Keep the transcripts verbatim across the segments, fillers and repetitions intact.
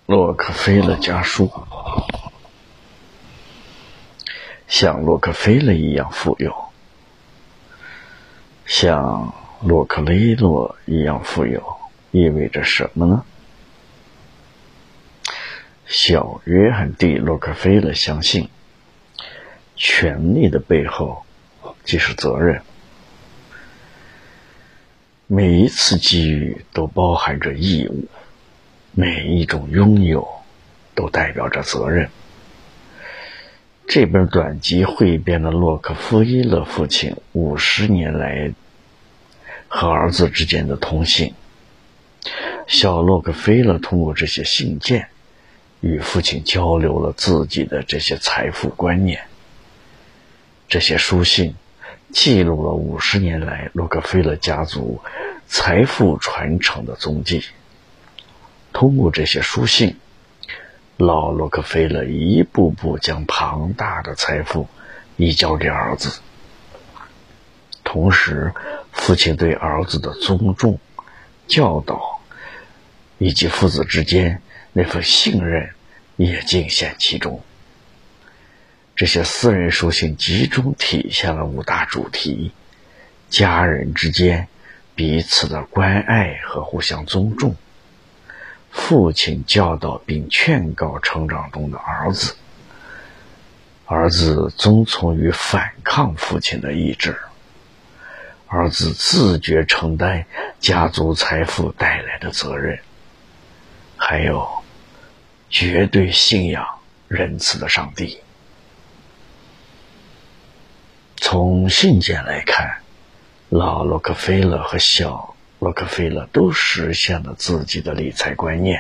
洛克菲勒家书。像洛克菲勒一样富有，像洛克雷诺一样富有，意味着什么呢？小约翰 ·D· 洛克菲勒相信，权力的背后即是责任。每一次机遇都包含着义务，每一种拥有都代表着责任。这本短集汇编了洛克菲勒父亲五十年来和儿子之间的通信。小洛克菲勒通过这些信件与父亲交流了自己的这些财富观念。这些书信记录了五十年来洛克菲勒家族财富传承的踪迹。通过这些书信，老洛克菲勒一步步将庞大的财富移交给儿子，同时父亲对儿子的尊重、教导以及父子之间那份信任也尽显其中。这些私人书信集中体现了五大主题：家人之间彼此的关爱和互相尊重，父亲教导并劝告成长中的儿子，儿子遵从与反抗父亲的意志，儿子自觉承担家族财富带来的责任，还有绝对信仰仁慈的上帝。从信件来看，老洛克菲勒和小洛克菲勒都实现了自己的理财观念。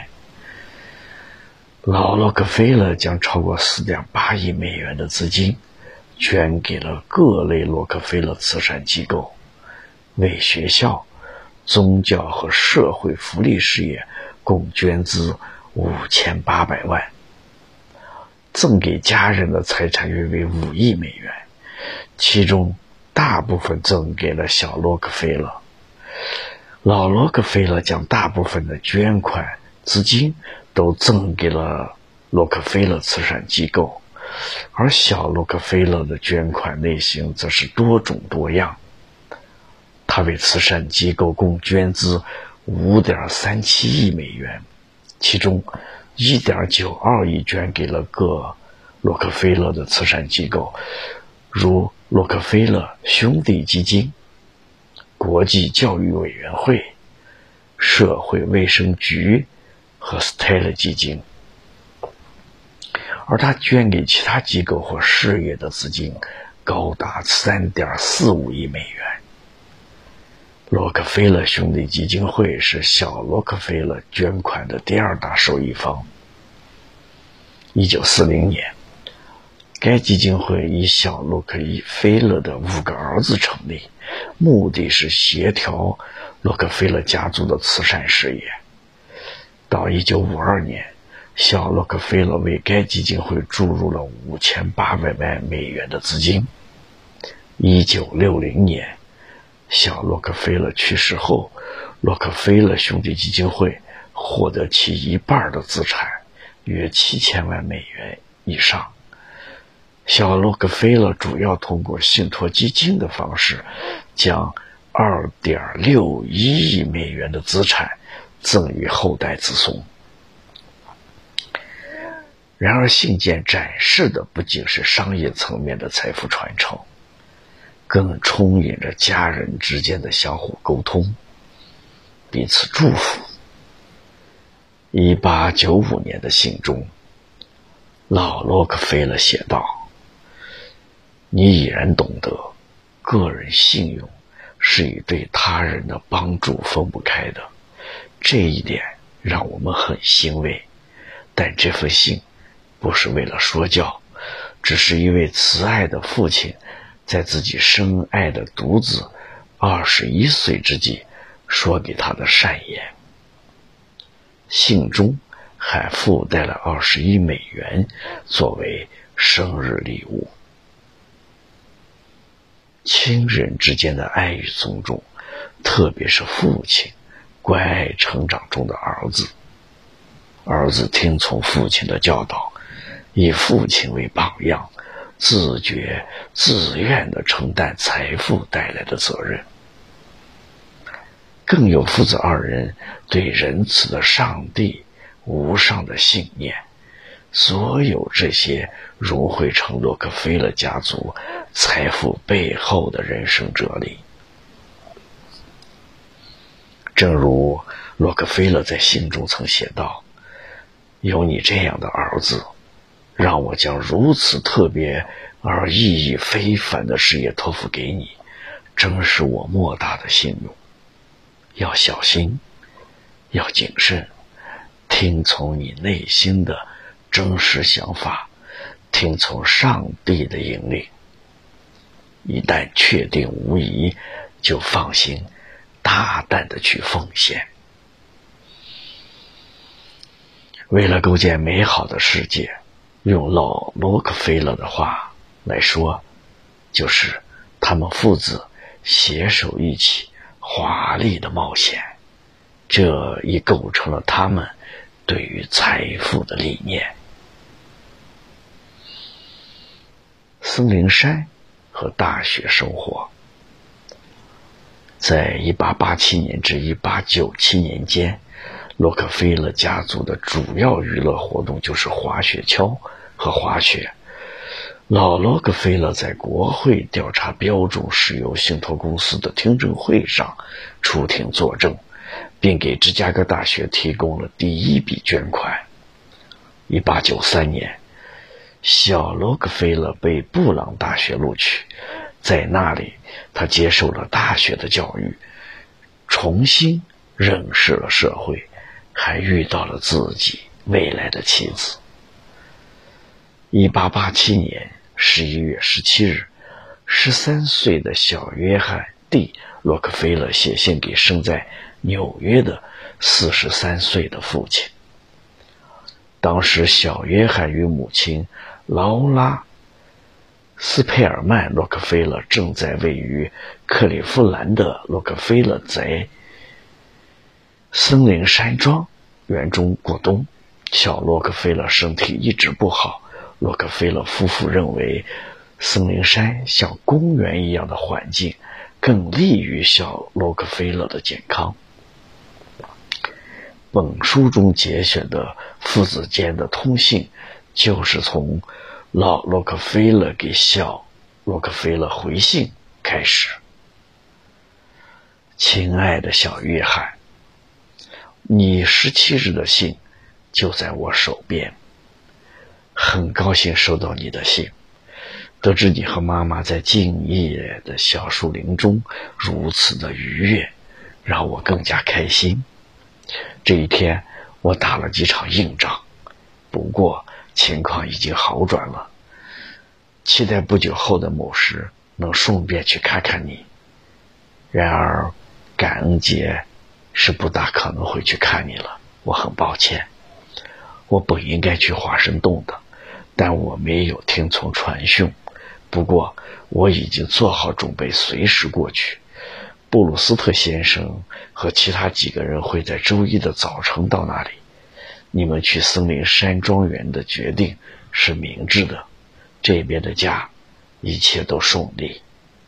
老洛克菲勒将超过 四点八亿美元的资金捐给了各类洛克菲勒慈善机构，为学校、宗教和社会福利事业共捐资五千八百万，赠给家人的财产约为五亿美元，其中大部分赠给了小洛克菲勒。老洛克菲勒将大部分的捐款资金都赠给了洛克菲勒慈善机构，而小洛克菲勒的捐款类型则是多种多样。他为慈善机构共捐资 五点三七亿美元，其中 一点九二亿捐给了各洛克菲勒的慈善机构，如洛克菲勒兄弟基金、国际教育委员会、社会卫生局和 Stella 基金。而他捐给其他机构或事业的资金高达 三点四五亿美元。洛克菲勒兄弟基金会是小洛克菲勒捐款的第二大受益方。一九四零年，该基金会以小洛克菲勒的五个儿子成立，目的是协调洛克菲勒家族的慈善事业。到一九五二年，小洛克菲勒为该基金会注入了五千八百万美元的资金。一九六零年，小洛克菲勒去世后，洛克菲勒兄弟基金会获得其一半的资产，约七千万美元以上。小洛克菲勒主要通过信托基金的方式，将 二点六一亿美元的资产赠予后代子孙。然而信件展示的不仅是商业层面的财富传承，更充盈着家人之间的相互沟通，彼此祝福。一八九五年的信中，老洛克菲勒写道：你已然懂得，个人信用是与对他人的帮助分不开的，这一点让我们很欣慰。但这封信不是为了说教，只是一位慈爱的父亲在自己深爱的独子二十一岁之际说给他的善言。信中还附带了二十一美元作为生日礼物。亲人之间的爱与尊重，特别是父亲关爱成长中的儿子。 儿子听从父亲的教导，以父亲为榜样，自觉自愿地承担财富带来的责任。更有父子二人对仁慈的上帝无上的信念，所有这些融汇成洛克菲勒家族财富背后的人生哲理。正如洛克菲勒在信中曾写道，有你这样的儿子，让我将如此特别而意义非凡的事业托付给你，真是我莫大的幸运。要小心，要谨慎，听从你内心的真实想法，听从上帝的引领。一旦确定无疑，就放心大胆地去奉献。为了构建美好的世界，用老洛克菲勒的话来说，就是他们父子携手一起华丽的冒险，这已构成了他们对于财富的理念。森林山和大学生活。在一八八七年至一八九七年间，洛克菲勒家族的主要娱乐活动就是滑雪橇和滑雪。老洛克菲勒在国会调查标准石油信托公司的听证会上出庭作证，并给芝加哥大学提供了第一笔捐款。一八九三年，小洛克菲勒被布朗大学录取，在那里他接受了大学的教育，重新认识了社会，还遇到了自己未来的妻子。一八八七年十一月十七日，十三岁的小约翰 ·D· 洛克菲勒写信给生在纽约的四十三岁的父亲。当时小约翰与母亲劳拉·斯佩尔曼·洛克菲勒正在位于克利夫兰的洛克菲勒宅森林山庄园中过冬。小洛克菲勒身体一直不好，洛克菲勒夫妇认为森林山像公园一样的环境更利于小洛克菲勒的健康。本书中节选的父子间的通信，就是从老洛克菲勒给小洛克菲勒回信开始。亲爱的小约翰，你十七日的信就在我手边，很高兴收到你的信，得知你和妈妈在静谧的小树林中如此的愉悦，让我更加开心。这一天我打了几场硬仗，不过情况已经好转了，期待不久后的某时能顺便去看看你。然而感恩节是不大可能会去看你了，我很抱歉。我本应该去华盛顿的，但我没有听从传讯，不过我已经做好准备随时过去。布鲁斯特先生和其他几个人会在周一的早晨到那里。你们去森林山庄园的决定是明智的，这边的家一切都顺利。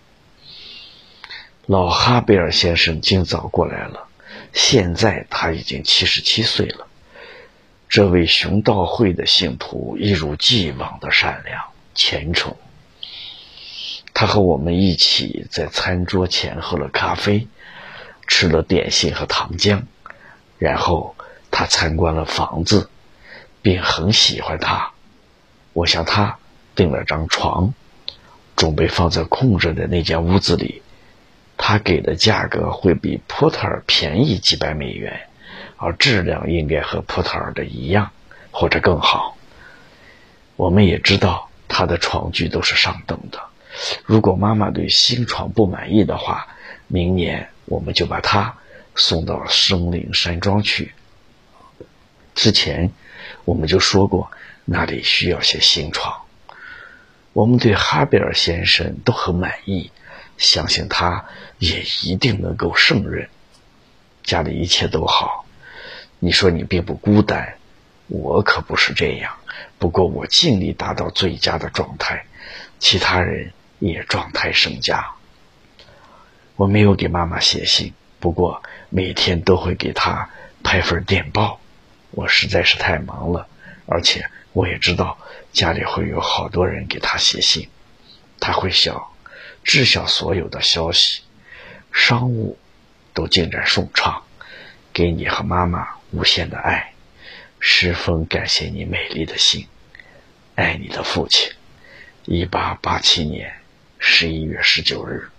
老哈贝尔先生今早过来了，现在他已经七十七岁了。这位雄道会的信徒一如既往的善良虔诚，他和我们一起在餐桌前喝了咖啡，吃了点心和糖浆，然后他参观了房子，并很喜欢它。我向他订了张床，准备放在空着的那间屋子里。他给的价格会比波特尔便宜几百美元，而质量应该和波特尔的一样，或者更好。我们也知道他的床具都是上等的。如果妈妈对新床不满意的话，明年我们就把它送到森林山庄去。之前我们就说过，那里需要些新床。我们对哈贝尔先生都很满意，相信他也一定能够胜任。家里一切都好，你说你并不孤单， 我可不是这样，不过我尽力达到最佳的状态，其他人也状态甚佳。我没有给妈妈写信，不过每天都会给她拍份电报。我实在是太忙了，而且我也知道家里会有好多人给她写信，她会晓知晓所有的消息，商务都进展顺畅。给你和妈妈无限的爱，十分感谢你美丽的信，爱你的父亲。一八八七年十一月十九日。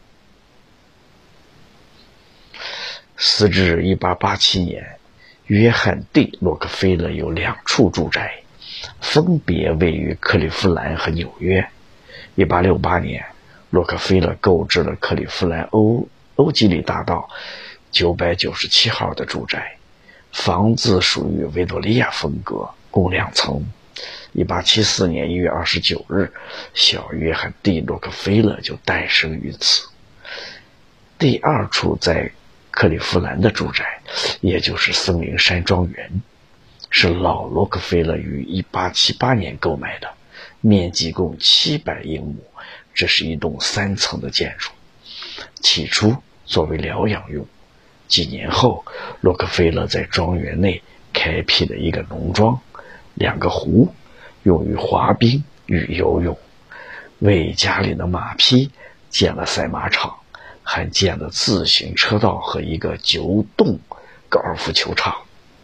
时至一八八七年，约翰 D 洛克菲勒有两处住宅，分别位于克利夫兰和纽约。一八六八年，洛克菲勒购置了克利夫兰欧欧几里大道九百九十七号的住宅，房子属于维多利亚风格，共两层。一八七四年一月二十九日，小约翰 D 洛克菲勒就诞生于此。第二处在克利夫兰的住宅，也就是森林山庄园，是老洛克菲勒于一八七八年购买的，面积共七百英亩。这是一栋三层的建筑，起初作为疗养用。几年后，洛克菲勒在庄园内开辟了一个农庄，两个湖，用于滑冰与游泳，为家里的马匹建了赛马场，还建了自行车道和一个九洞高尔夫球场。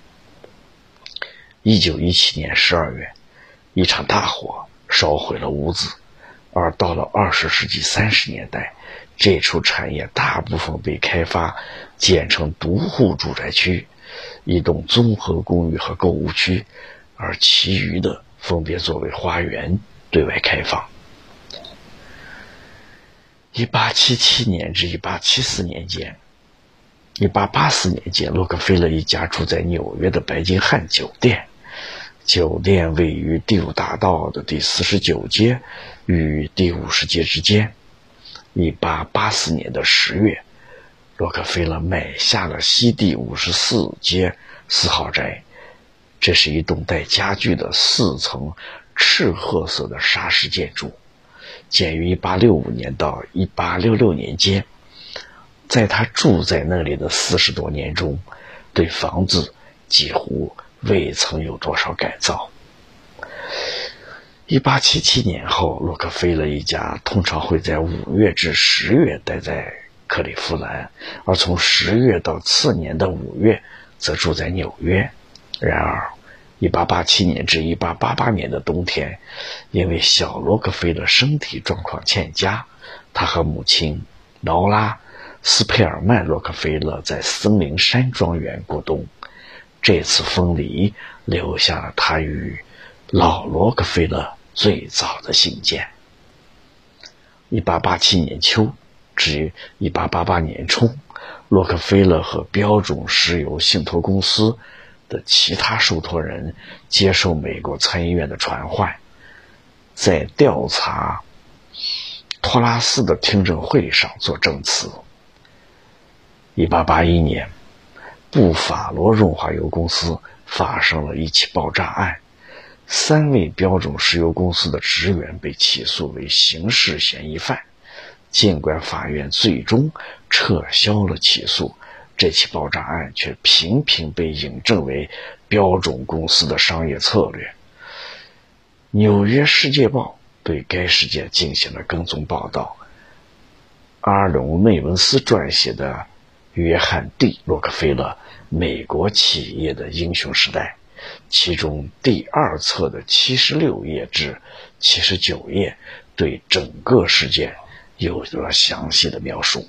一九一七年十二月，一场大火烧毁了屋子，而到了二十世纪三十年代，这处产业大部分被开发建成独户住宅区，一栋综合公寓和购物区，而其余的分别作为花园对外开放。一八七七年至一八七四年间，一八八四年间，洛克菲勒一家住在纽约的白金汉酒店。酒店位于第五大道的第四十九街与第五十街之间。一八八四年的十月，洛克菲勒买下了西第五十四街四号宅，这是一栋带家具的四层赤褐色的砂石建筑，建于一八六五年到一八六六年间。在他住在那里的四十多年中，对房子几乎未曾有多少改造。一八七七年后，洛克菲勒一家通常会在五月至十月待在克利夫兰，而从十月到次年的五月则住在纽约。然而一八八七年至一八八八年的冬天，因为小洛克菲勒身体状况欠佳，他和母亲劳拉斯佩尔曼洛克菲勒在森林山庄园过冬。这次分离留下了他与老洛克菲勒最早的信件。一八八七年秋至一八八八年初，洛克菲勒和标准石油信托公司的其他受托人接受美国参议院的传唤，在调查托拉斯的听证会上做证词。一八八一年，布法罗润滑油公司发生了一起爆炸案，三位标准石油公司的职员被起诉为刑事嫌疑犯。尽管法院最终撤销了起诉，这起爆炸案却频频被引证为标准公司的商业策略。纽约世界报对该事件进行了跟踪报道。阿隆内文斯撰写的约翰 D 洛克菲勒美国企业的英雄时代，其中第二册的七十六页至七十九页对整个事件有了详细的描述。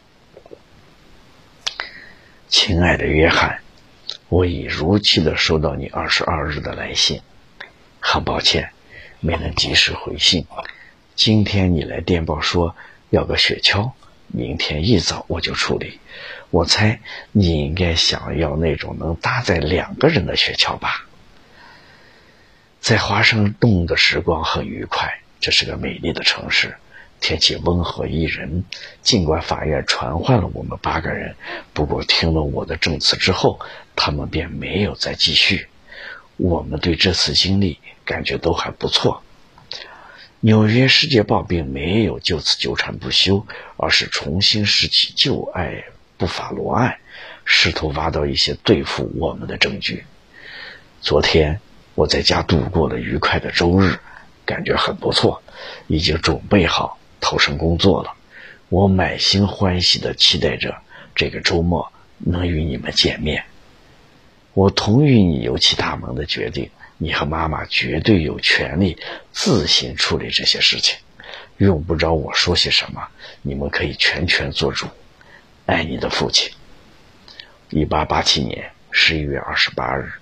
亲爱的约翰，我已如期的收到你二十二日的来信，很抱歉没能及时回信。今天你来电报说要个雪橇，明天一早我就处理。我猜你应该想要那种能搭载两个人的雪橇吧。在华盛顿的时光很愉快，这是个美丽的城市，天气温和宜人。尽管法院传唤了我们八个人，不过听了我的证词之后，他们便没有再继续。 我们对这次经历感觉都还不错。纽约世界报并没有就此纠缠不休，而是重新拾起旧爱布法罗案，试图挖到一些对付我们的证据。昨天我在家度过了愉快的周日，感觉很不错，已经准备好投身工作了。我满心欢喜地期待着这个周末能与你们见面。我同意你油漆大门的决定，你和妈妈绝对有权利自行处理这些事情，用不着我说些什么，你们可以全权做主。爱你的父亲。一八八七年十一月二十八日。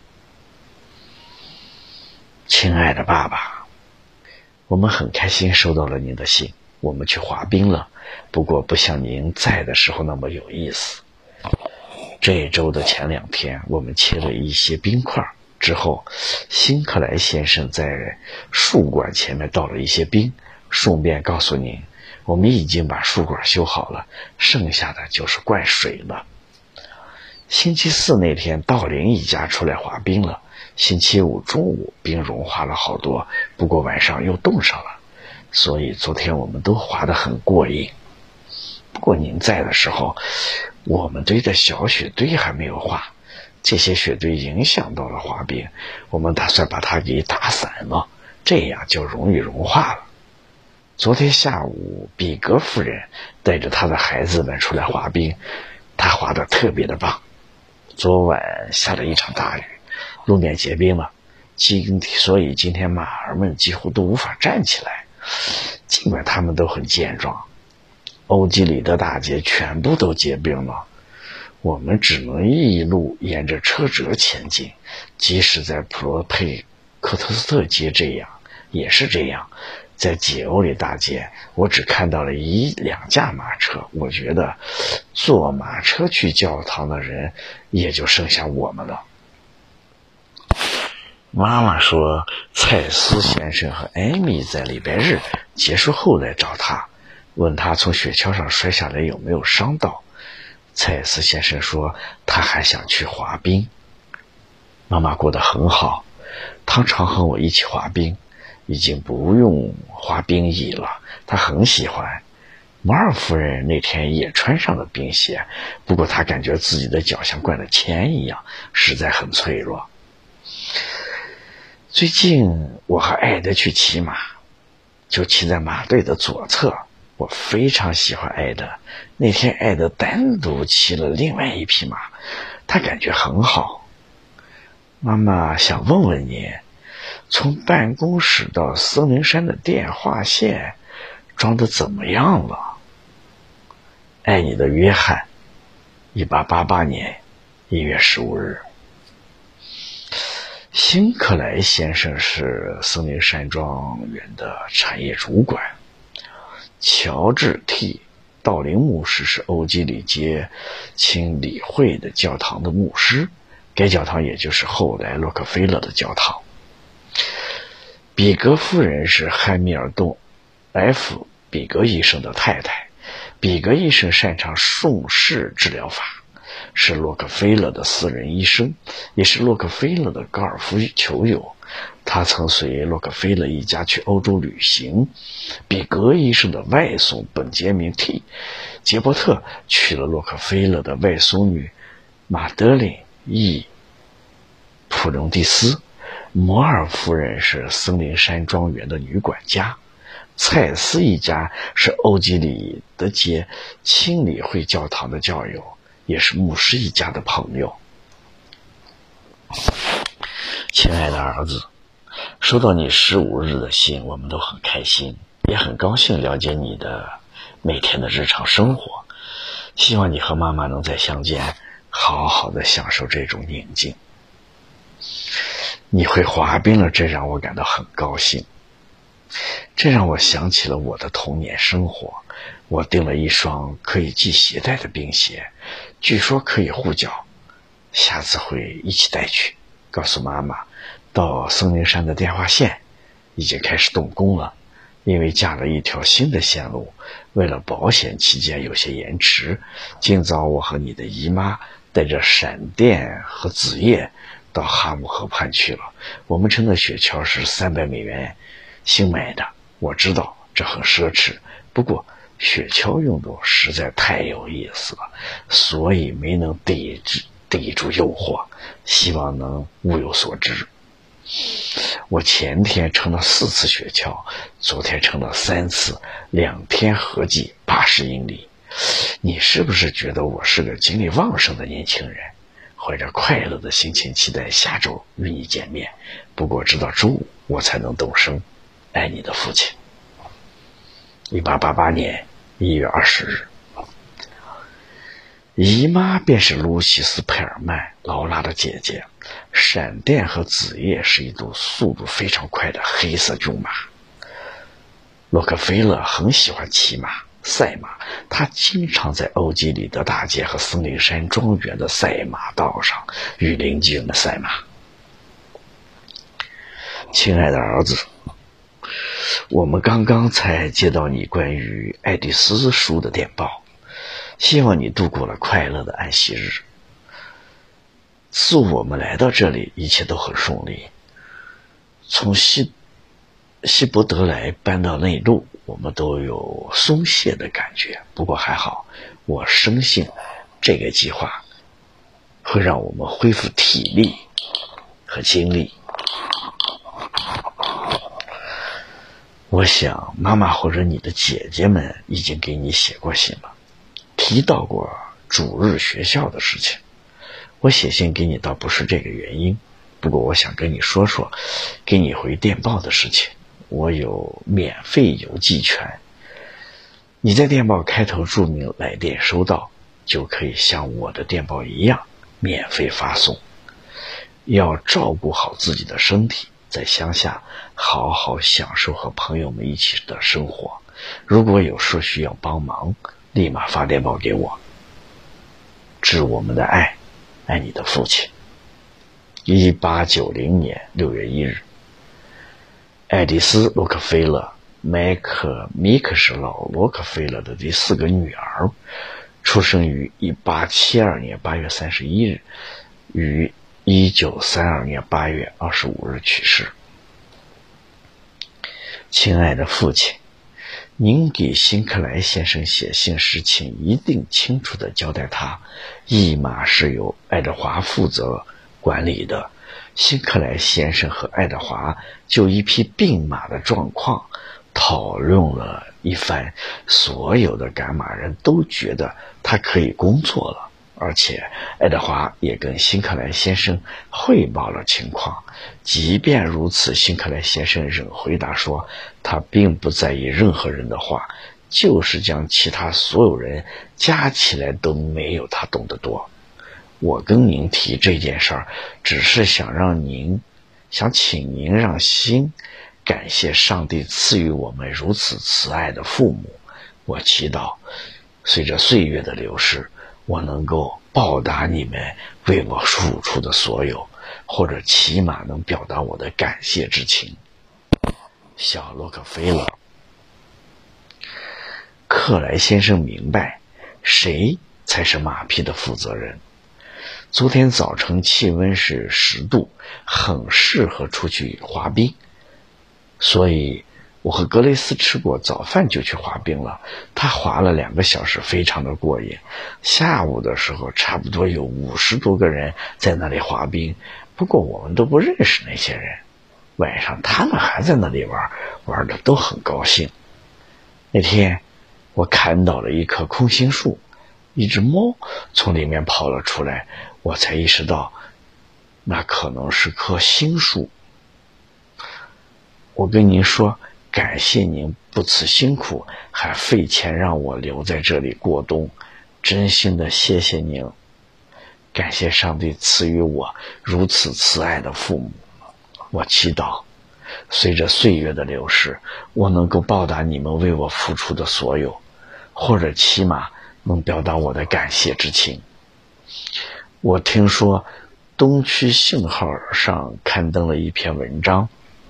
亲爱的爸爸，我们很开心收到了您的信，我们去滑冰了，不过不像您在的时候那么有意思。这周的前两天，我们切了一些冰块，之后辛克莱先生在树管前面倒了一些冰，顺便告诉您，我们已经把树管修好了，剩下的就是灌水了。星期四那天，道林一家出来滑冰了。星期五中午冰融化了好多，不过晚上又冻上了，所以昨天我们都滑得很过瘾。不过您在的时候，我们堆的小雪堆还没有化，这些雪堆影响到了滑冰，我们打算把它给打散了，这样就容易融化了。昨天下午，比格夫人带着她的孩子们出来滑冰，她滑得特别的棒。昨晚下了一场大雨，路面结冰了，今所以今天马儿们几乎都无法站起来，尽管他们都很健壮。欧几里得大街全部都结冰了，我们只能一路沿着车辙前进，即使在普罗佩克特斯特街这样也是这样。在解欧里大街，我只看到了一两架马车，我觉得坐马车去教堂的人也就剩下我们了。妈妈说蔡斯先生和艾米在礼拜日结束后来找他，问他从雪橇上摔下来有没有伤到。蔡斯先生说他还想去滑冰。妈妈过得很好，他常和我一起滑冰，已经不用滑冰椅了，他很喜欢。摩尔夫人那天也穿上了冰鞋，不过她感觉自己的脚像灌了铅一样，实在很脆弱。最近我和艾德去骑马，就骑在马队的左侧，我非常喜欢艾德。那天艾德单独骑了另外一匹马，他感觉很好。妈妈想问问你，从办公室到森林山的电话线装得怎么样了？爱你的约翰。一八八八年一月十五日。辛克莱先生是森林山庄园的产业主管，乔治 T 道林牧师是欧几里街清理会的教堂的牧师，该教堂也就是后来洛克菲勒的教堂。比格夫人是汉密尔顿 F 比格医生的太太，比格医生擅长顺势治疗法，是洛克菲勒的私人医生，也是洛克菲勒的高尔夫球友。他曾随洛克菲勒一家去欧洲旅行。比格医生的外孙本杰明 T 杰伯特娶了洛克菲勒的外孙女马德琳 E 普隆蒂斯。摩尔夫人是森林山庄园的女管家。蔡斯一家是欧几里得街清理会教堂的教友，也是牧师一家的朋友。亲爱的儿子，收到你十五日的信，我们都很开心，也很高兴了解你的每天的日常生活。希望你和妈妈能再相见，好好的享受这种宁静。你会滑冰了，这让我感到很高兴。这让我想起了我的童年生活。我订了一双可以系鞋带的冰鞋，据说可以护脚，下次会一起带去。告诉妈妈，到森林山的电话线已经开始动工了，因为架了一条新的线路，为了保险起见有些延迟。今早我和你的姨妈带着闪电和子夜到哈姆河畔去了。我们乘的雪橇是三百美元新买的，我知道这很奢侈，不过雪橇运动实在太有意思了，所以没能抵制抵住诱惑，希望能物有所值。我前天乘了四次雪橇，昨天乘了三次，两天合计八十英里。你是不是觉得我是个精力旺盛的年轻人？怀着快乐的心情期待下周与你见面，不过直到周五我才能动身。爱你的父亲。一八八八年一月二十日。姨妈便是卢西斯·佩尔曼，劳拉的姐姐。闪电和子夜是一组速度非常快的黑色骏马。洛克菲勒很喜欢骑马赛马，他经常在欧几里得大街和森林山庄园的赛马道上与邻居们赛马。亲爱的儿子，我们刚刚才接到你关于爱丽丝书的电报，希望你度过了快乐的安息日。自我们来到这里，一切都很顺利。从西西伯德莱搬到内陆，我们都有松懈的感觉，不过还好，我深信这个计划会让我们恢复体力和精力。我想妈妈或者你的姐姐们已经给你写过信了，提到过主日学校的事情。我写信给你倒不是这个原因，不过我想跟你说说给你回电报的事情。我有免费邮寄权，你在电报开头注明来电收到，就可以像我的电报一样免费发送。要照顾好自己的身体，在乡下好好享受和朋友们一起的生活。如果有事需要帮忙，立马发电报给我。致我们的爱，爱你的父亲。一八九零年六月一日。爱丽丝·洛克菲勒，麦克米克是老洛克菲勒的第四个女儿，出生于一八七二年八月三十一日，于一九三二年八月二十五日去世。亲爱的父亲，您给辛克莱先生写信时，请一定清楚地交代他，驿马是由爱德华负责管理的。辛克莱先生和爱德华就一匹病马的状况讨论了一番，所有的赶马人都觉得他可以工作了，而且爱德华也跟辛克莱先生汇报了情况。即便如此，辛克莱先生仍回答说他并不在意任何人的话，就是将其他所有人加起来都没有他懂得多。我跟您提这件事儿，只是想让您，想请您让心感谢上帝赐予我们如此慈爱的父母。我祈祷，随着岁月的流逝，我能够报答你们为我付出的所有，或者起码能表达我的感谢之情。小洛克菲勒。克莱先生明白，谁才是马匹的负责人。昨天早晨气温是十度，很适合出去滑冰，所以我和格雷斯吃过早饭就去滑冰了。他滑了两个小时，非常的过瘾。下午的时候差不多有五十多个人在那里滑冰，不过我们都不认识那些人。晚上他们还在那里玩，玩的都很高兴。那天我砍倒了一棵空心树，一只猫从里面跑了出来，我才意识到那可能是棵新树。我跟您说，感谢您不辞辛苦，还费钱让我留在这里过冬，真心的谢谢您。感谢上帝赐予我如此慈爱的父母。我祈祷，随着岁月的流逝，我能够报答你们为我付出的所有，或者起码能表达我的感谢之情。我听说东区信号上刊登了一篇文章，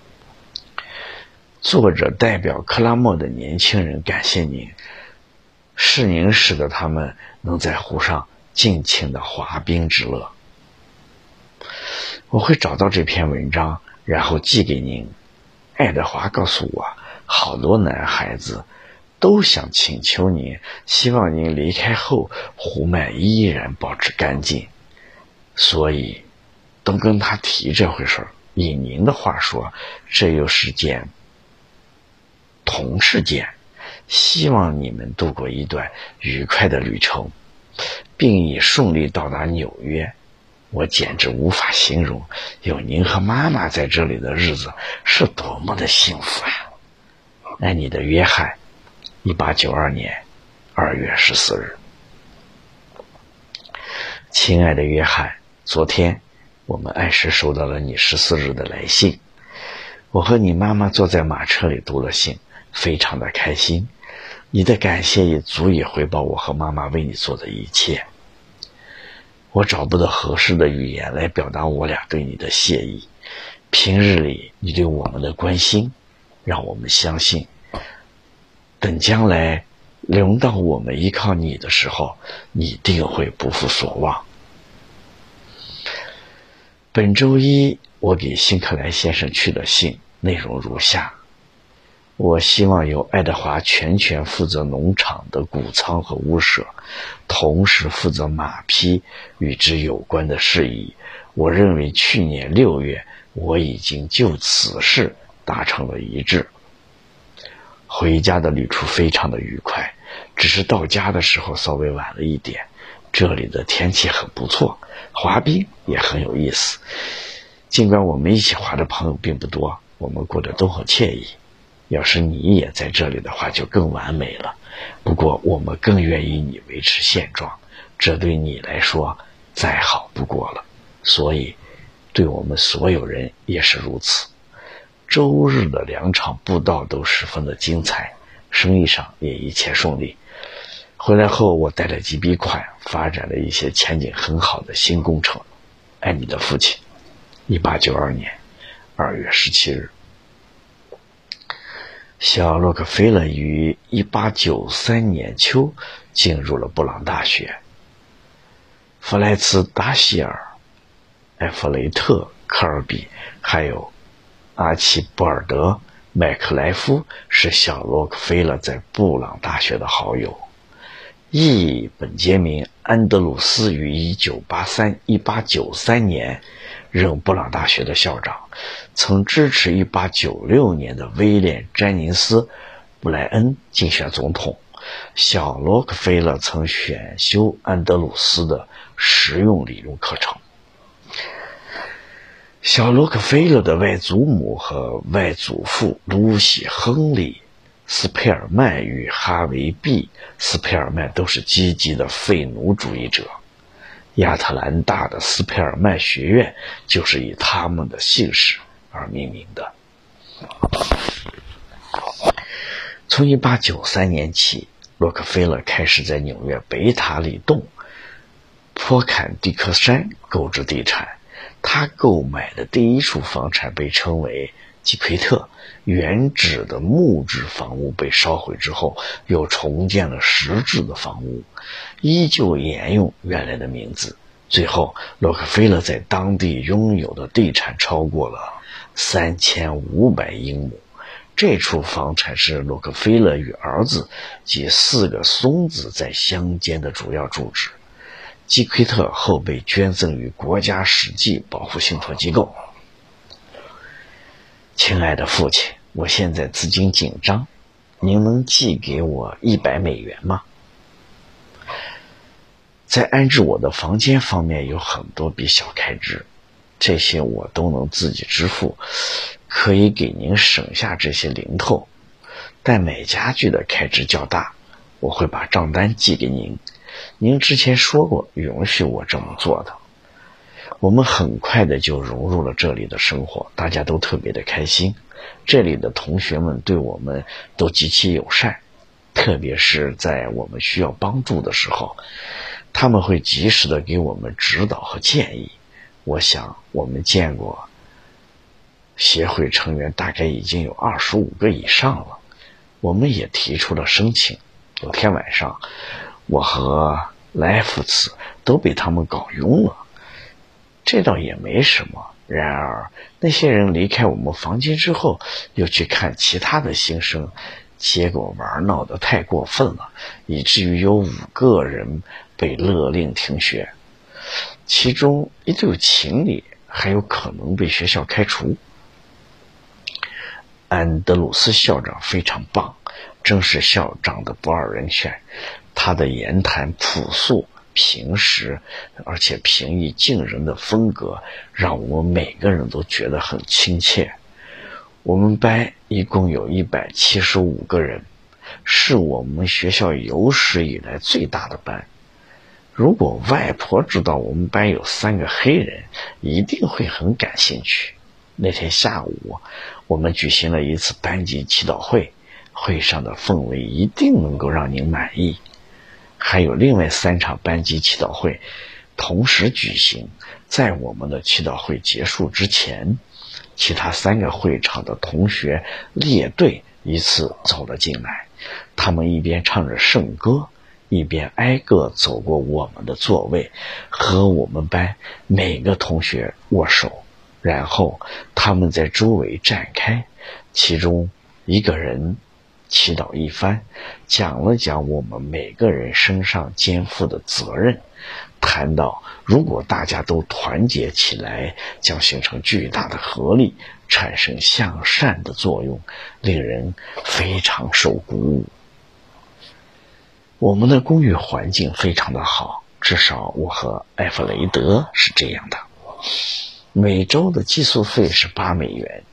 作者代表克拉默的年轻人感谢您，是您使得他们能在湖上尽情的滑冰之乐。 我会找到这篇文章，然后寄给您。爱德华告诉我，好多男孩子都想请求您，希望您离开后湖脉依然保持干净，所以都跟他提这回事儿。以您的话说，这又是件同事件，希望你们度过一段愉快的旅程，并以顺利到达纽约。我简直无法形容有您和妈妈在这里的日子是多么的幸福啊！爱你的约翰，一八九二年二月十四日。亲爱的约翰，昨天我们按时收到了你十四日的来信。我和你妈妈坐在马车里读了信，非常的开心。你的感谢也足以回报我和妈妈为你做的一切。我找不到合适的语言来表达我俩对你的谢意。平日里你对我们的关心，让我们相信，等将来轮到我们依靠你的时候，你一定会不负所望。本周一我给辛克莱先生去的信内容如下：我希望由爱德华全权负责农场的谷仓和屋舍，同时负责马匹与之有关的事宜。我认为去年六月我已经就此事达成了一致。回家的旅途非常的愉快，只是到家的时候稍微晚了一点。这里的天气很不错，滑冰也很有意思。尽管我们一起滑的朋友并不多，我们过得都很惬意。要是你也在这里的话，就更完美了。不过我们更愿意你维持现状，这对你来说再好不过了。所以对我们所有人也是如此。周日的两场步道都十分的精彩，生意上也一切顺利。回来后我带了几笔款，发展了一些前景很好的新工程。爱你的父亲，一八九二年二月十七日。小洛克菲勒于一八九三年秋进入了布朗大学。弗莱茨、达希尔、埃弗雷特、科尔比还有阿奇博尔德、麦克莱夫是小洛克菲勒在布朗大学的好友。E. 本杰明·安德鲁斯于一九八三、一八九三年任布朗大学的校长，曾支持一八九六年的威廉·詹宁斯·布莱恩竞选总统。小洛克菲勒曾选修安德鲁斯的实用理论课程。小洛克菲勒的外祖母和外祖父露西·亨利·斯佩尔曼与哈维 ·B. 斯佩尔曼都是积极的废奴主义者。亚特兰大的斯佩尔曼学院就是以他们的姓氏而命名的。从一八九三年起，洛克菲勒开始在纽约北塔里洞、坡坎蒂克山购置地产。他购买的第一处房产被称为基奎特，原址的木质房屋被烧毁之后，又重建了石质的房屋，依旧沿用原来的名字。最后，洛克菲勒在当地拥有的地产超过了三千五百英亩。这处房产是洛克菲勒与儿子及四个孙子在乡间的主要住址。基奎特后被捐赠于国家史迹保护信托机构。亲爱的父亲，我现在资金紧张，您能寄给我一百美元吗？在安置我的房间方面有很多笔小开支，这些我都能自己支付，可以给您省下这些零头。但买家具的开支较大，我会把账单寄给您。您之前说过允许我这么做的。我们很快的就融入了这里的生活，大家都特别的开心。这里的同学们对我们都极其友善，特别是在我们需要帮助的时候，他们会及时的给我们指导和建议。我想我们见过协会成员大概已经有二十五个以上了。我们也提出了申请。有天晚上，我和莱夫茨都被他们搞晕了。 这倒也没什么。然而那些人离开我们房间之后，又去看其他的新生，结果玩闹得太过分了，以至于有五个人被勒令停学，其中一对情侣还有可能被学校开除。安德鲁斯校长非常棒，正是校长的不二人选。他的言谈朴素平实，而且平易近人的风格，让我们每个人都觉得很亲切。我们班一共有一百七十五个人，是我们学校有史以来最大的班。如果外婆知道我们班有三个黑人，一定会很感兴趣。那天下午，我们举行了一次班级祈祷会，会上的氛围一定能够让您满意。还有另外三场班级祈祷会同时举行，在我们的祈祷会结束之前，其他三个会场的同学列队依次走了进来，他们一边唱着圣歌，一边挨个走过我们的座位，和我们班每个同学握手，然后他们在周围站开，其中一个人祈祷一番，讲了讲我们每个人身上肩负的责任，谈到如果大家都团结起来，将形成巨大的合力，产生向善的作用，令人非常受鼓舞。我们的公寓环境非常的好，至少我和艾弗雷德是这样的。每周的寄宿费是八美元。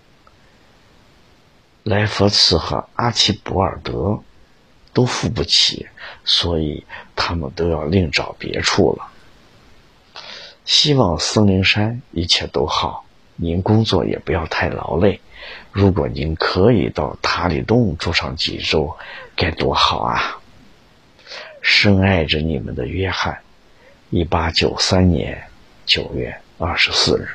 莱佛茨和阿奇博尔德都付不起，所以他们都要另找别处了。希望森林山一切都好，您工作也不要太劳累。如果您可以到塔里洞住上几周，该多好啊！深爱着你们的约翰，一八九三年九月二十四日。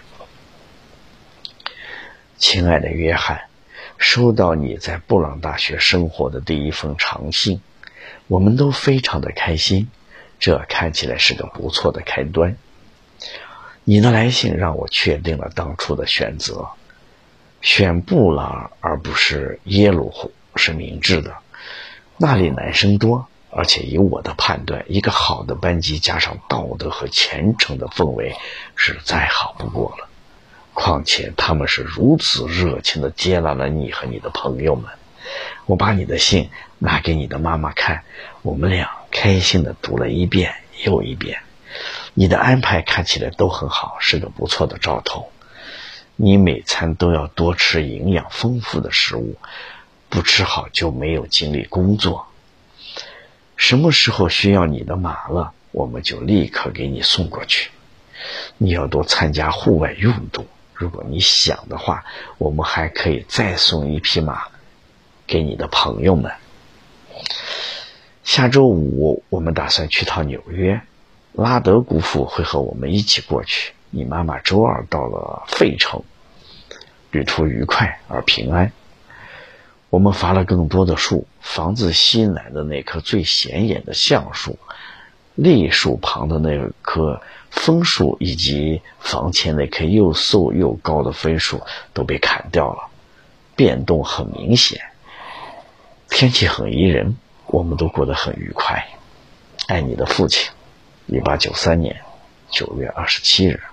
亲爱的约翰，收到你在布朗大学生活的第一封长信，我们都非常的开心，这看起来是个不错的开端。你的来信让我确定了当初的选择，选布朗而不是耶鲁湖是明智的，那里男生多，而且以我的判断，一个好的班级加上道德和虔诚的氛围是再好不过了。况且他们是如此热情地接纳了你和你的朋友们。我把你的信拿给你的妈妈看，我们俩开心地读了一遍又一遍。你的安排看起来都很好，是个不错的兆头。你每餐都要多吃营养丰富的食物，不吃好就没有精力工作。什么时候需要你的马了，我们就立刻给你送过去。你要多参加户外运动，如果你想的话，我们还可以再送一匹马给你的朋友们。下周五我们打算去趟纽约，拉德姑父会和我们一起过去。你妈妈周二到了费城，旅途愉快而平安。我们伐了更多的树，房子西南的那棵最显眼的橡树，栗树旁的那棵枫树，以及房前那棵又瘦又高的枫树都被砍掉了，变动很明显。天气很宜人，我们都过得很愉快。爱你的父亲，一八九三年九月二十七日。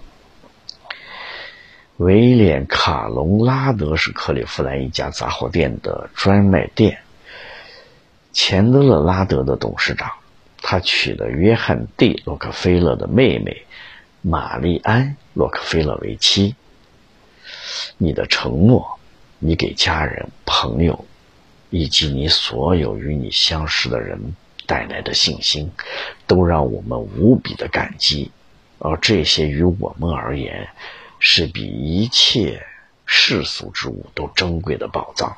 威廉·卡隆拉德是克利夫兰一家杂货店的专卖店，钱德勒拉德的董事长，他娶了约翰 ·D 洛克菲勒的妹妹玛丽安·洛克菲勒为妻。你的承诺，你给家人、朋友以及你所有与你相识的人带来的信心，都让我们无比的感激，而这些于我们而言是比一切世俗之物都珍贵的宝藏。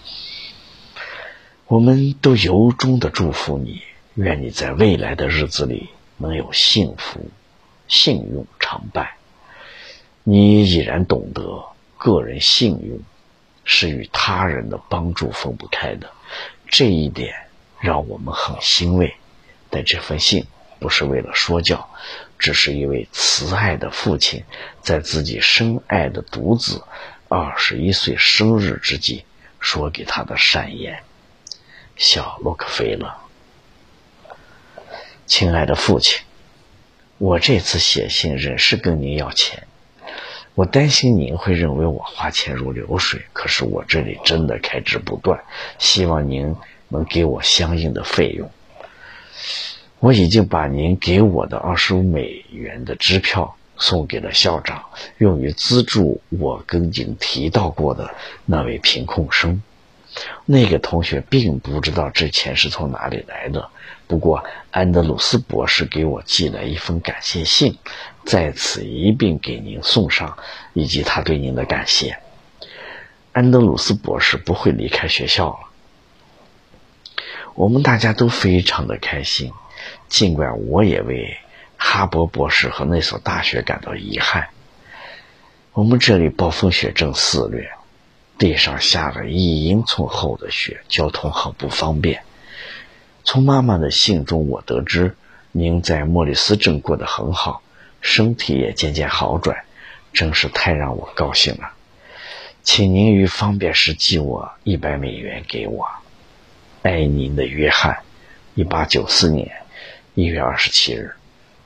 我们都由衷的祝福你，愿你在未来的日子里能有幸福、幸运常伴。你已然懂得，个人幸运是与他人的帮助分不开的，这一点让我们很欣慰。但这封信不是为了说教，只是一位慈爱的父亲在自己深爱的独子二十一岁生日之际说给他的善言。小洛克菲勒。亲爱的父亲，我这次写信仍是跟您要钱，我担心您会认为我花钱如流水，可是我这里真的开支不断，希望您能给我相应的费用。我已经把您给我的二十五美元的支票送给了校长，用于资助我跟您提到过的那位贫困生。那个同学并不知道这钱是从哪里来的，不过安德鲁斯博士给我寄来一封感谢信，在此一并给您送上，以及他对您的感谢。安德鲁斯博士不会离开学校了。我们大家都非常的开心，尽管我也为哈勃博士和那所大学感到遗憾。我们这里暴风雪正肆虐，地上下了一英寸厚的雪，交通很不方便。从妈妈的信中我得知，您在莫里斯镇过得很好，身体也渐渐好转，真是太让我高兴了。请您于方便时寄我一百美元给我。爱您的约翰，一八九四年一月二十七日。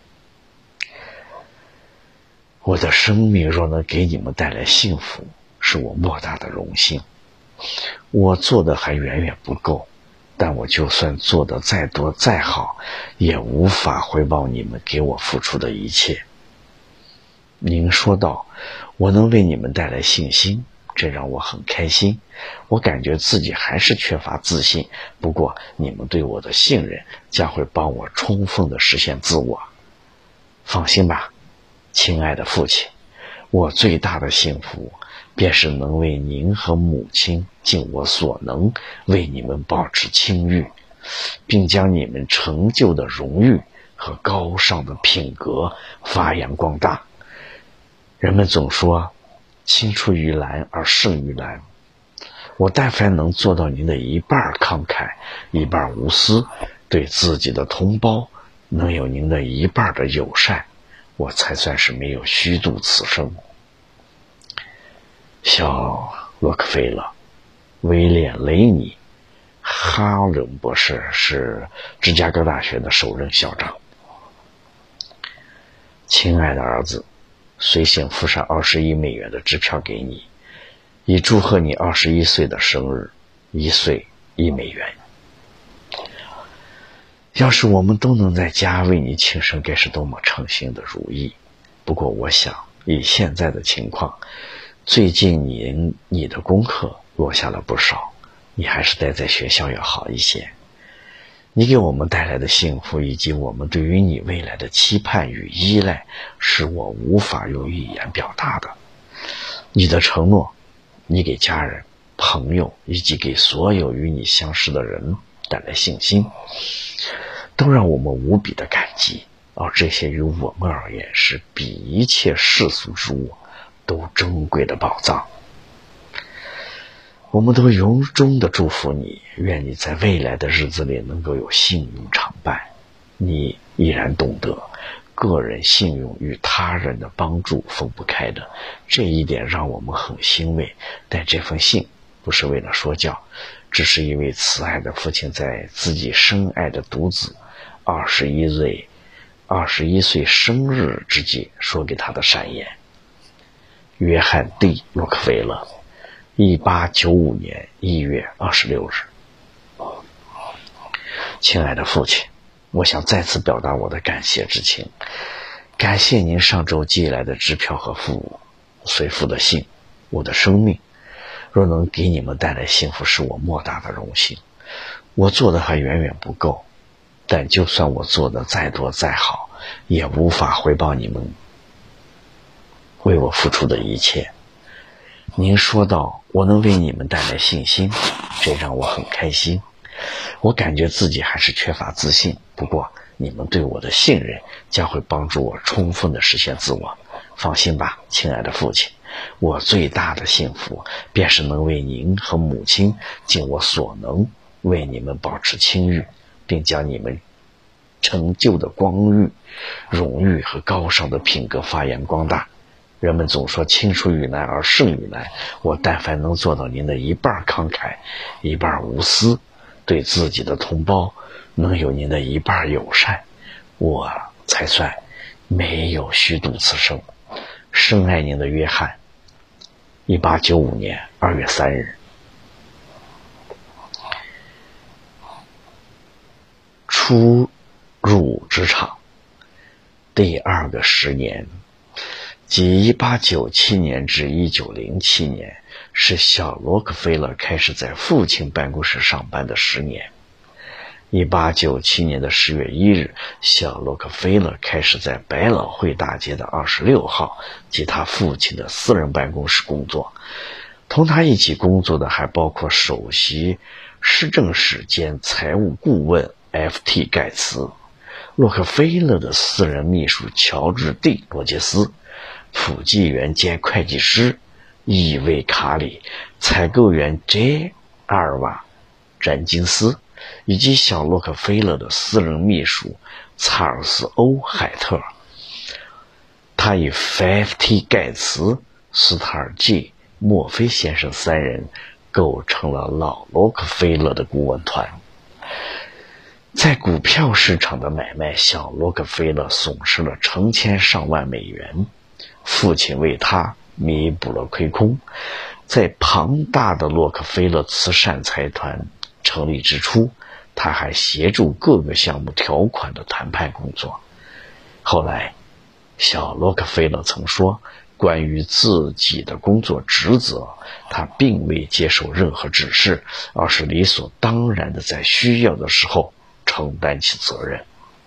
我的生命若能给你们带来幸福，是我莫大的荣幸。我做的还远远不够，但我就算做的再多再好，也无法回报你们给我付出的一切。您说道，我能为你们带来信心，这让我很开心。我感觉自己还是缺乏自信，不过你们对我的信任将会帮我充分地实现自我。放心吧，亲爱的父亲，我最大的幸福便是能为您和母亲尽我所能，为你们保持清誉，并将你们成就的荣誉和高尚的品格发扬光大。人们总说青出于蓝而胜于蓝，我但凡能做到您的一半慷慨，一半无私，对自己的同胞能有您的一半的友善，我才算是没有虚度此生。小洛克菲勒，威廉·雷尼，哈伦博士是芝加哥大学的首任校长。亲爱的儿子，随信附上二十一美元的支票给你，以祝贺你二十一岁的生日，一岁一美元。要是我们都能在家为你庆生，该是多么称心的如意。不过我想，以现在的情况，最近你你的功课落下了不少，你还是待在学校要好一些。你给我们带来的幸福，以及我们对于你未来的期盼与依赖，是我无法用语言表达的。你的承诺，你给家人、朋友以及给所有与你相识的人带来信心，都让我们无比的感激，而这些于我们而言是比一切世俗之物都珍贵的宝藏。我们都由衷的祝福你，愿你在未来的日子里能够有幸运常伴。你依然懂得，个人信用与他人的帮助分不开的，这一点让我们很欣慰。但这封信不是为了说教，只是一位慈爱的父亲在自己深爱的独子二十一岁二十一岁生日之际说给他的善言。约翰 ·D. 洛克菲勒，一八九五年一月二十六日。亲爱的父亲，我想再次表达我的感谢之情，感谢您上周寄来的支票和附随附的信。我的生命若能给你们带来幸福，是我莫大的荣幸。我做的还远远不够，但就算我做的再多再好，也无法回报你们为我付出的一切。您说到我能为你们带来信心，这让我很开心。我感觉自己还是缺乏自信，不过你们对我的信任将会帮助我充分的实现自我。放心吧，亲爱的父亲，我最大的幸福便是能为您和母亲尽我所能，为你们保持清誉，并将你们成就的光裕、荣誉和高尚的品格发扬光大。人们总说亲疏于难而胜于难，我但凡能做到您的一半慷慨，一半无私，对自己的同胞能有您的一半友善，我才算没有虚度此生。深爱您的约翰。一八九五年二月三日。初入职场，第二个十年，即一八九七年至一九零七年，是小洛克菲勒开始在父亲办公室上班的十年。一八九七年的十月一日，小洛克菲勒开始在百老汇大街的二十六号及他父亲的私人办公室工作。同他一起工作的还包括首席市政史兼财务顾问 F T 盖茨、洛克菲勒的私人秘书乔治 D 罗杰斯、普济员兼会计师伊维卡里、采购员 J 阿尔瓦詹金斯，以及小洛克菲勒的私人秘书查尔斯 O 海特。他与 F T 盖茨、斯塔尔 G 墨菲先生三人构成了老洛克菲勒的顾问团。在股票市场的买卖，小洛克菲勒损失了成千上万美元，父亲为他弥补了亏空。在庞大的洛克菲勒慈善财团成立之初，他还协助各个项目条款的谈判工作。后来，小洛克菲勒曾说，关于自己的工作职责，他并未接受任何指示，而是理所当然的在需要的时候承担起责任。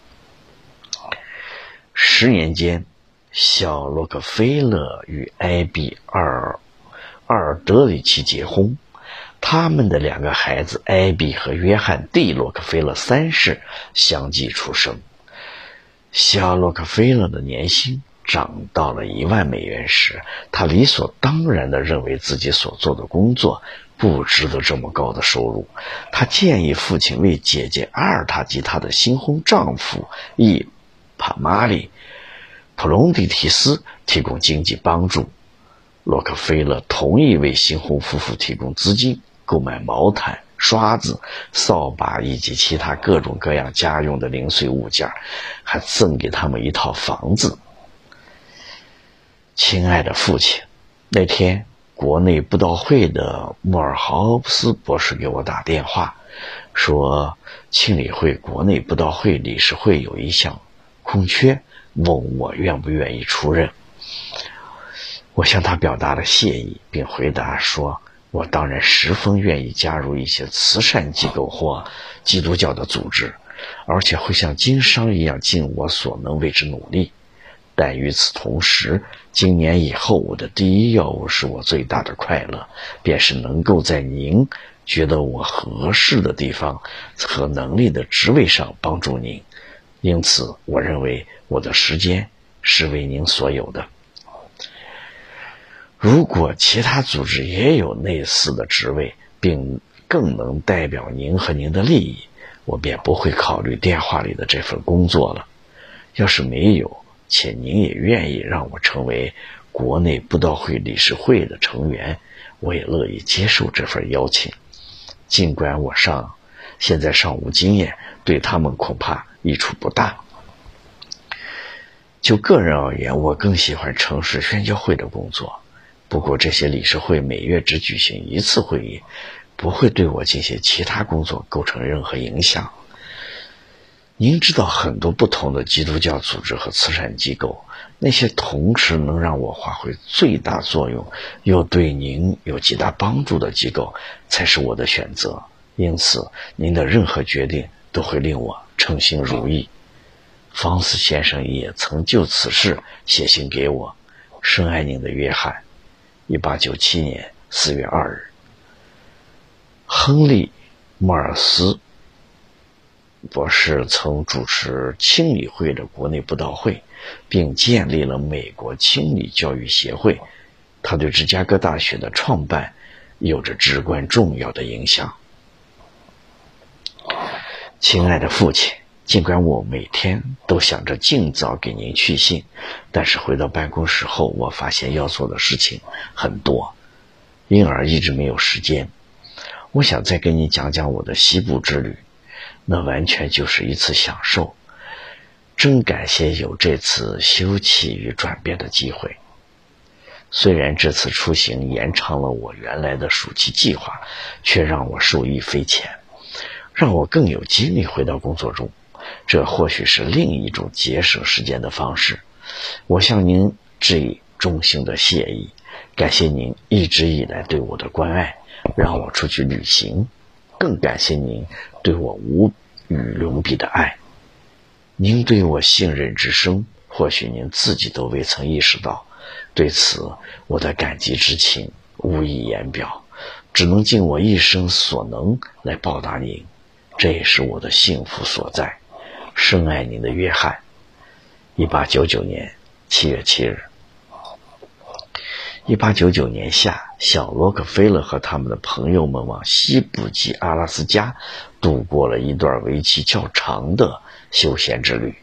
十年间，小洛克菲勒与艾比·阿尔阿尔德里奇结婚，他们的两个孩子艾比和约翰 ·D 洛克菲勒三世相继出生。小洛克菲勒的年薪涨到了一万美元时，他理所当然地认为自己所做的工作不值得这么高的收入。他建议父亲为姐姐阿尔塔及她的新婚丈夫伊帕玛里普隆迪提斯提供经济帮助。洛克菲勒同意为新婚夫妇提供资金，购买毛毯、刷子、扫把以及其他各种各样家用的零碎物件，还赠给他们一套房子。亲爱的父亲，那天国内布道会的莫尔豪斯博士给我打电话，说庆理会国内布道会理事会有一项空缺，问我愿不愿意出任。我向他表达了谢意，并回答说，我当然十分愿意加入一些慈善机构或基督教的组织，而且会像经商一样尽我所能为之努力。但与此同时，今年以后我的第一要务是我最大的快乐，便是能够在您觉得我合适的地方和能力的职位上帮助您。因此，我认为我的时间是为您所有的。如果其他组织也有类似的职位，并更能代表您和您的利益，我便不会考虑电话里的这份工作了。要是没有，且您也愿意让我成为国内布道会理事会的成员，我也乐意接受这份邀请。尽管我上现在尚无经验，对他们恐怕益处不大。就个人而言，我更喜欢城市宣教会的工作。不过这些理事会每月只举行一次会议，不会对我进行其他工作构成任何影响。您知道很多不同的基督教组织和慈善机构，那些同时能让我发挥最大作用又对您有极大帮助的机构才是我的选择。因此您的任何决定都会令我称心如意。方斯先生也曾就此事写信给我。深爱您的约翰。一八九七年四月二日。亨利·莫尔斯博士曾主持清理会的国内布道会，并建立了美国清理教育协会。他对芝加哥大学的创办有着至关重要的影响。亲爱的父亲， 尽管我每天都想着尽早给您去信，但是回到办公室后，我发现要做的事情很多，因而一直没有时间。我想再跟你讲讲我的西部之旅，那完全就是一次享受。真感谢有这次休憩与转变的机会。虽然这次出行延长了我原来的暑期计划，却让我受益匪浅，让我更有精力回到工作中。这或许是另一种节省时间的方式。我向您致以衷心的谢意，感谢您一直以来对我的关爱，让我出去旅行，更感谢您对我无与伦比的爱。您对我信任之深，或许您自己都未曾意识到，对此我的感激之情无以言表，只能尽我一生所能来报答您，这也是我的幸福所在。深爱您的约翰。一八九九年七月七日。一八九九年夏，小洛克菲勒和他们的朋友们往西部及阿拉斯加度过了一段为期较长的休闲之旅。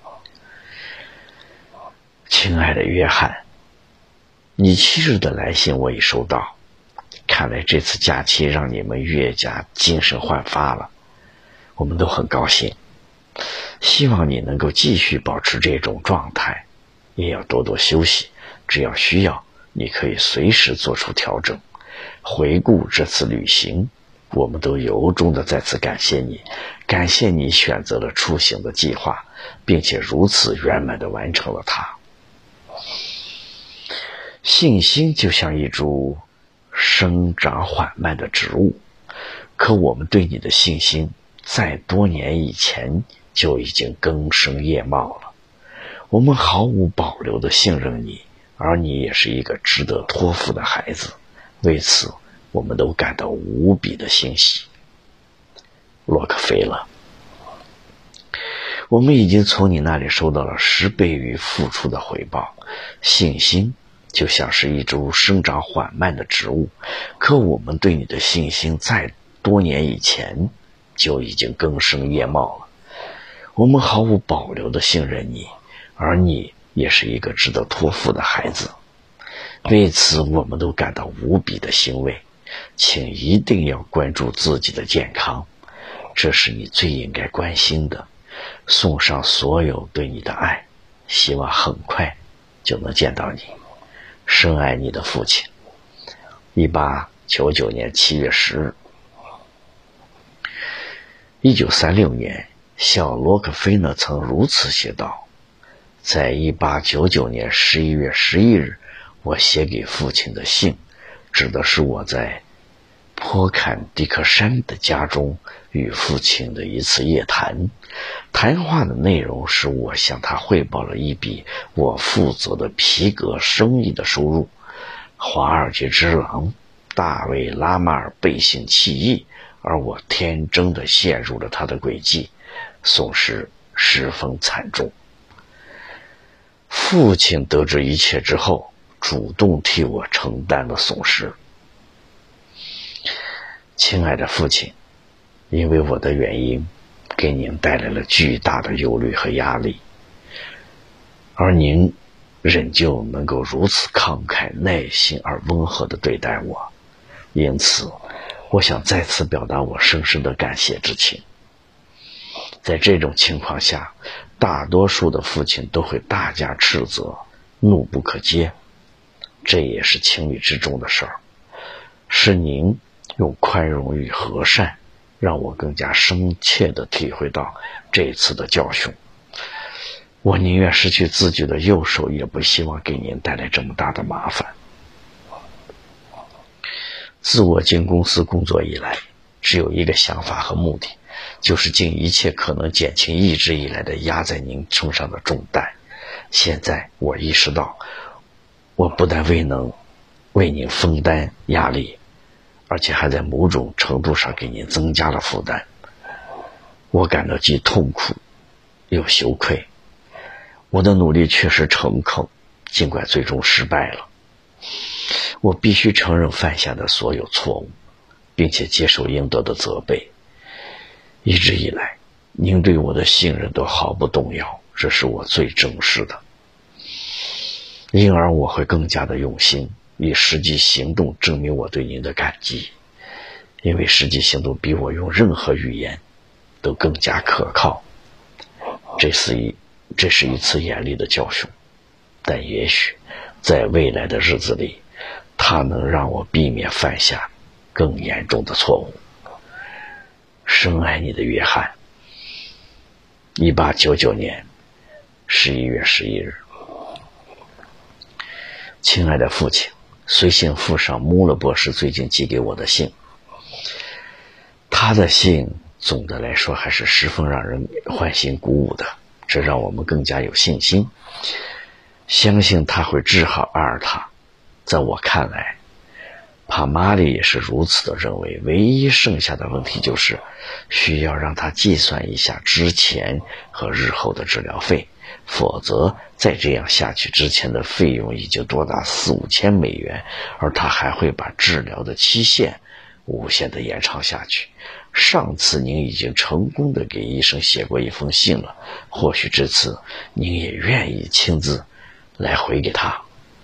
亲爱的约翰，你七日的来信我已收到，看来这次假期让你们越加精神焕发了，我们都很高兴。希望你能够继续保持这种状态，也要多多休息，只要需要，你可以随时做出调整。回顾这次旅行，我们都由衷的再次感谢你，感谢你选择了出行的计划，并且如此圆满的完成了它。信心就像一株生长缓慢的植物，可我们对你的信心在多年以前就已经根深叶茂了。我们毫无保留地信任你，而你也是一个值得托付的孩子，为此我们都感到无比的欣喜。洛克菲勒，我们已经从你那里收到了十倍于付出的回报。信心就像是一株生长缓慢的植物，可我们对你的信心在多年以前就已经根深叶茂了。我们毫无保留地信任你，而你也是一个值得托付的孩子，为此我们都感到无比的欣慰。请一定要关注自己的健康，这是你最应该关心的。送上所有对你的爱，希望很快就能见到你。深爱你的父亲。一八九九年七月十日。一九三六年，小罗克菲勒曾如此写道：在一八九九年十一月十一日，我写给父亲的信，指的是我在坡坎迪克山的家中与父亲的一次夜谈。谈话的内容是我向他汇报了一笔我负责的皮革生意的收入。华尔街之狼大卫·拉马尔背信弃义，而我天真地陷入了他的诡计，损失十分惨重。父亲得知一切之后，主动替我承担了损失。亲爱的父亲，因为我的原因，给您带来了巨大的忧虑和压力，而您仍旧能够如此慷慨耐心而温和地对待我，因此我想再次表达我深深的感谢之情。在这种情况下，大多数的父亲都会大加斥责，怒不可遏，这也是情理之中的事儿。是您用宽容与和善，让我更加深切地体会到这一次的教训。我宁愿失去自己的右手，也不希望给您带来这么大的麻烦。自我进公司工作以来，只有一个想法和目的，就是尽一切可能减轻一直以来的压在您身上的重担。现在我意识到，我不但未能为您分担压力，而且还在某种程度上给您增加了负担。我感到既痛苦又羞愧。我的努力确实诚恳，尽管最终失败了。我必须承认犯下的所有错误，并且接受应得的责备。一直以来， 您对我的信任都毫不动摇，这是我最重视的。因而我会更加的用心，以实际行动证明我对您的感激，因为实际行动比我用任何语言都更加可靠。这是一这是一次严厉的教训，但也许在未来的日子里，它能让我避免犯下更严重的错误。深爱你的约翰。一八九九年十一月十一日。亲爱的父亲，随信附上穆勒博士最近寄给我的信。他的信总的来说还是十分让人欢欣鼓舞的，这让我们更加有信心，相信他会治好阿尔塔。在我看来，帕玛丽也是如此的认为，唯一剩下的问题就是需要让他计算一下之前和日后的治疗费，否则再这样下去，之前的费用已经多达四五千美元，而他还会把治疗的期限无限的延长下去。上次您已经成功的给医生写过一封信了，或许这次您也愿意亲自来回给他。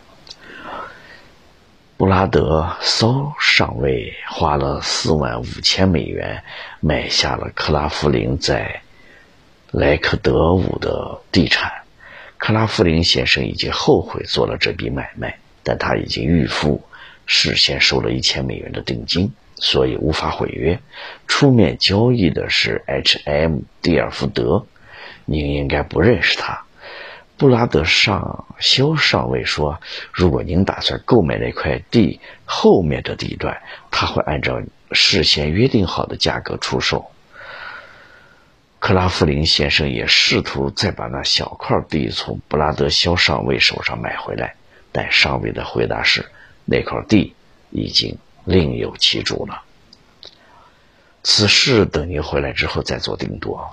布拉德骚上尉花了四万五千美元买下了克拉夫林在莱克德伍的地产。克拉夫林先生已经后悔做了这笔买卖，但他已经预付事先收了一千美元的定金，所以无法毁约。出面交易的是 H M 蒂尔福德，您应该不认识他。布拉德上肖上尉说，如果您打算购买那块地后面的地段，他会按照事先约定好的价格出售。克拉夫林先生也试图再把那小块地从布拉德肖上尉手上买回来，但上尉的回答是，那块地已经另有其主了。此事等您回来之后再做定夺。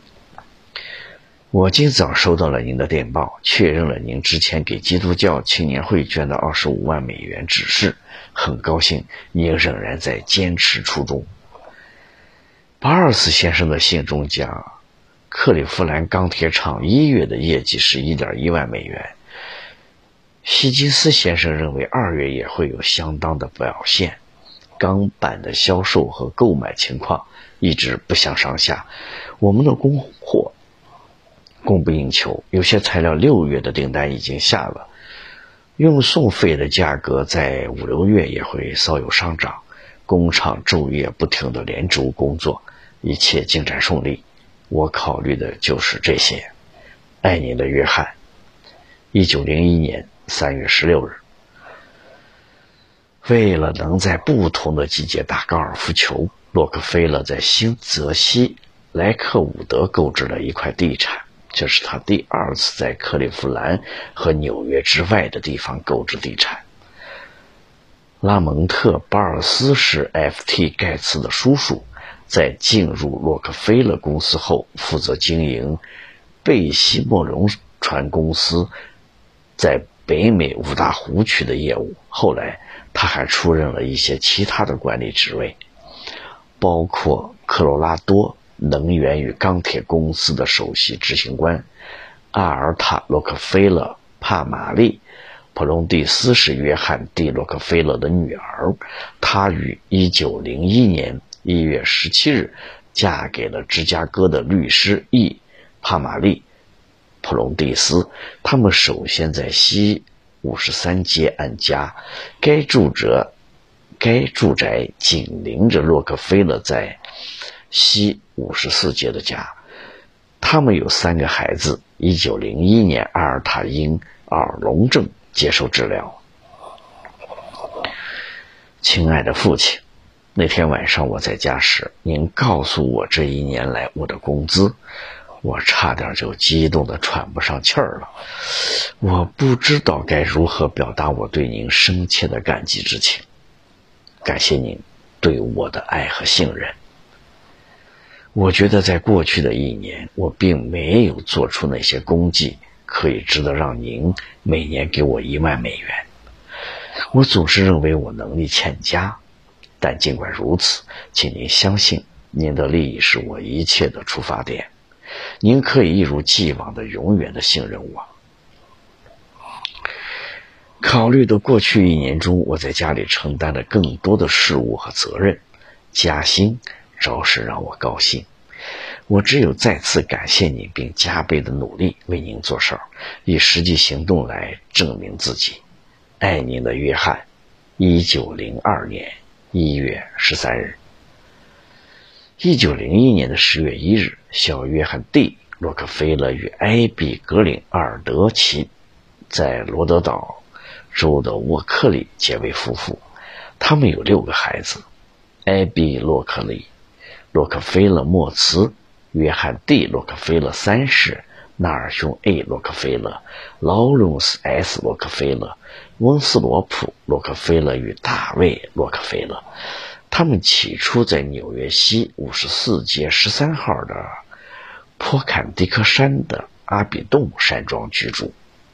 我今早收到了您的电报，确认了您之前给基督教青年会捐的二十五万美元指示，很高兴您仍然在坚持初衷。巴尔斯先生的信中讲，克利夫兰钢铁厂一月的业绩是 一点一万美元。希金斯先生认为二月也会有相当的表现。钢板的销售和购买情况一直不相上下，我们的供货供不应求，有些材料六月的订单已经下了，运送费的价格在五六月也会稍有上涨。工厂昼夜不停的连轴工作，一切进展顺利。我考虑的就是这些。爱您的约翰。一九零一年三月十六日。为了能在不同的季节打高尔夫球，洛克菲勒在新泽西莱克伍德购置了一块地产，这是他第二次在克利夫兰和纽约之外的地方购置地产。拉蒙特·巴尔斯是 F T 盖茨的叔叔，在进入洛克菲勒公司后，负责经营贝西莫龙船公司在北美五大湖区的业务。后来他还出任了一些其他的管理职位，包括科罗拉多能源与钢铁公司的首席执行官。阿尔塔·洛克菲勒·帕玛丽普隆蒂斯是约翰 ·D 洛克菲勒的女儿，她于一九零一年一月十七日嫁给了芝加哥的律师 E 帕玛丽普隆蒂斯。他们首先在西五十三街安家，该住着该住宅紧邻着洛克菲勒在西五十四街的家。他们有三个孩子。一九零一年阿尔塔因耳聋症接受治疗。亲爱的父亲，那天晚上我在家时，您告诉我这一年来我的工资，我差点就激动得喘不上气儿了。我不知道该如何表达我对您深切的感激之情。感谢您对我的爱和信任。我觉得在过去的一年，我并没有做出那些功绩可以值得让您每年给我一万美元。我总是认为我能力欠佳，但尽管如此，请您相信您的利益是我一切的出发点，您可以一如既往的永远的信任我。考虑到过去一年中我在家里承担了更多的事务和责任，加薪着实让我高兴。我只有再次感谢您，并加倍的努力为您做事，以实际行动来证明自己。爱您的约翰，一九零二年一月十三日。一九零一年的十月一日，小约翰 D 洛克菲勒与埃比格林阿尔德奇在罗德岛州的沃克里结为夫妇。他们有六个孩子：埃比洛克里、洛克菲勒莫茨、约翰 D 洛克菲勒三世、纳尔兄 A 洛克菲勒、劳伦斯 S 洛克菲勒、温斯罗普洛克菲勒与大卫洛克菲勒。他们起初在纽约西五十四街十三号的坡坎迪克山的阿比洞山庄居住。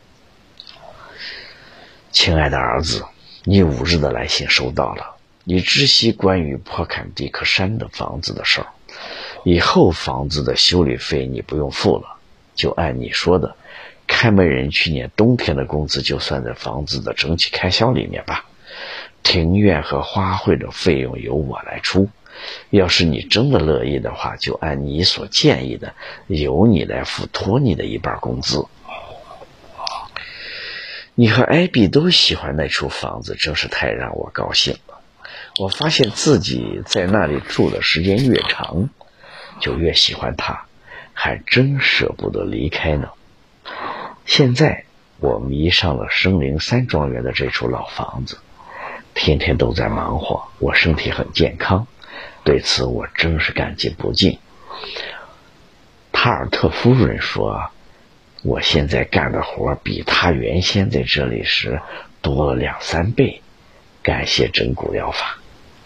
亲爱的儿子，你五日的来信收到了，你知悉关于坡坎迪克山的房子的事儿。以后房子的修理费你不用付了，就按你说的，看门人去年冬天的工资就算在房子的整体开销里面吧。庭院和花卉的费用由我来出，要是你真的乐意的话，就按你所建议的，由你来付托尼的一半工资。你和艾比都喜欢那处房子，真是太让我高兴了。我发现自己在那里住的时间越长，就越喜欢它，还真舍不得离开呢。现在我迷上了生灵山庄园的这处老房子，天天都在忙活，我身体很健康，对此我真是感激不尽。塔尔特夫人说，我现在干的活比他原先在这里时多了两三倍，感谢整骨疗法。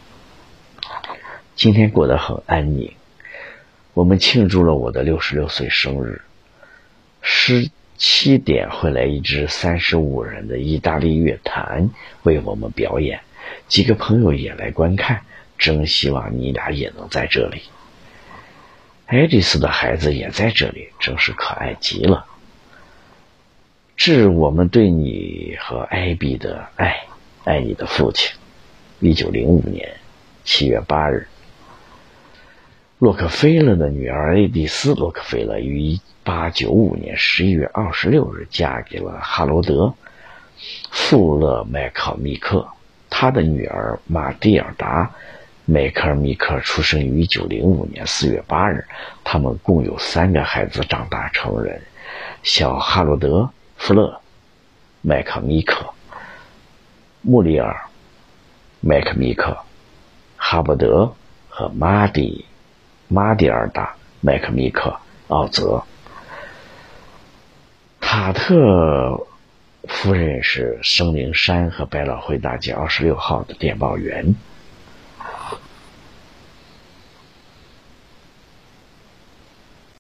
今天过得很安宁，我们庆祝了我的六十六岁生日。十七点会来一支三十五人的意大利乐团为我们表演，几个朋友也来观看，真希望你俩也能在这里。爱丽丝的孩子也在这里，真是可爱极了。致我们对你和艾比的爱，爱你的父亲。一九零五年七月八日。洛克菲勒的女儿爱丽丝·洛克菲勒于一八九五年十一月二十六日嫁给了哈罗德·富勒麦考密克。他的女儿玛蒂尔达·麦克尔密克出生于一九零五年四月八日，他们共有三个孩子长大成人：小哈罗德·富勒·麦克密克、穆里尔·麦克密克、哈伯德和马蒂马蒂尔达·麦克密克奥泽。塔特夫人是生灵山和百老汇大街二十六号的电报员。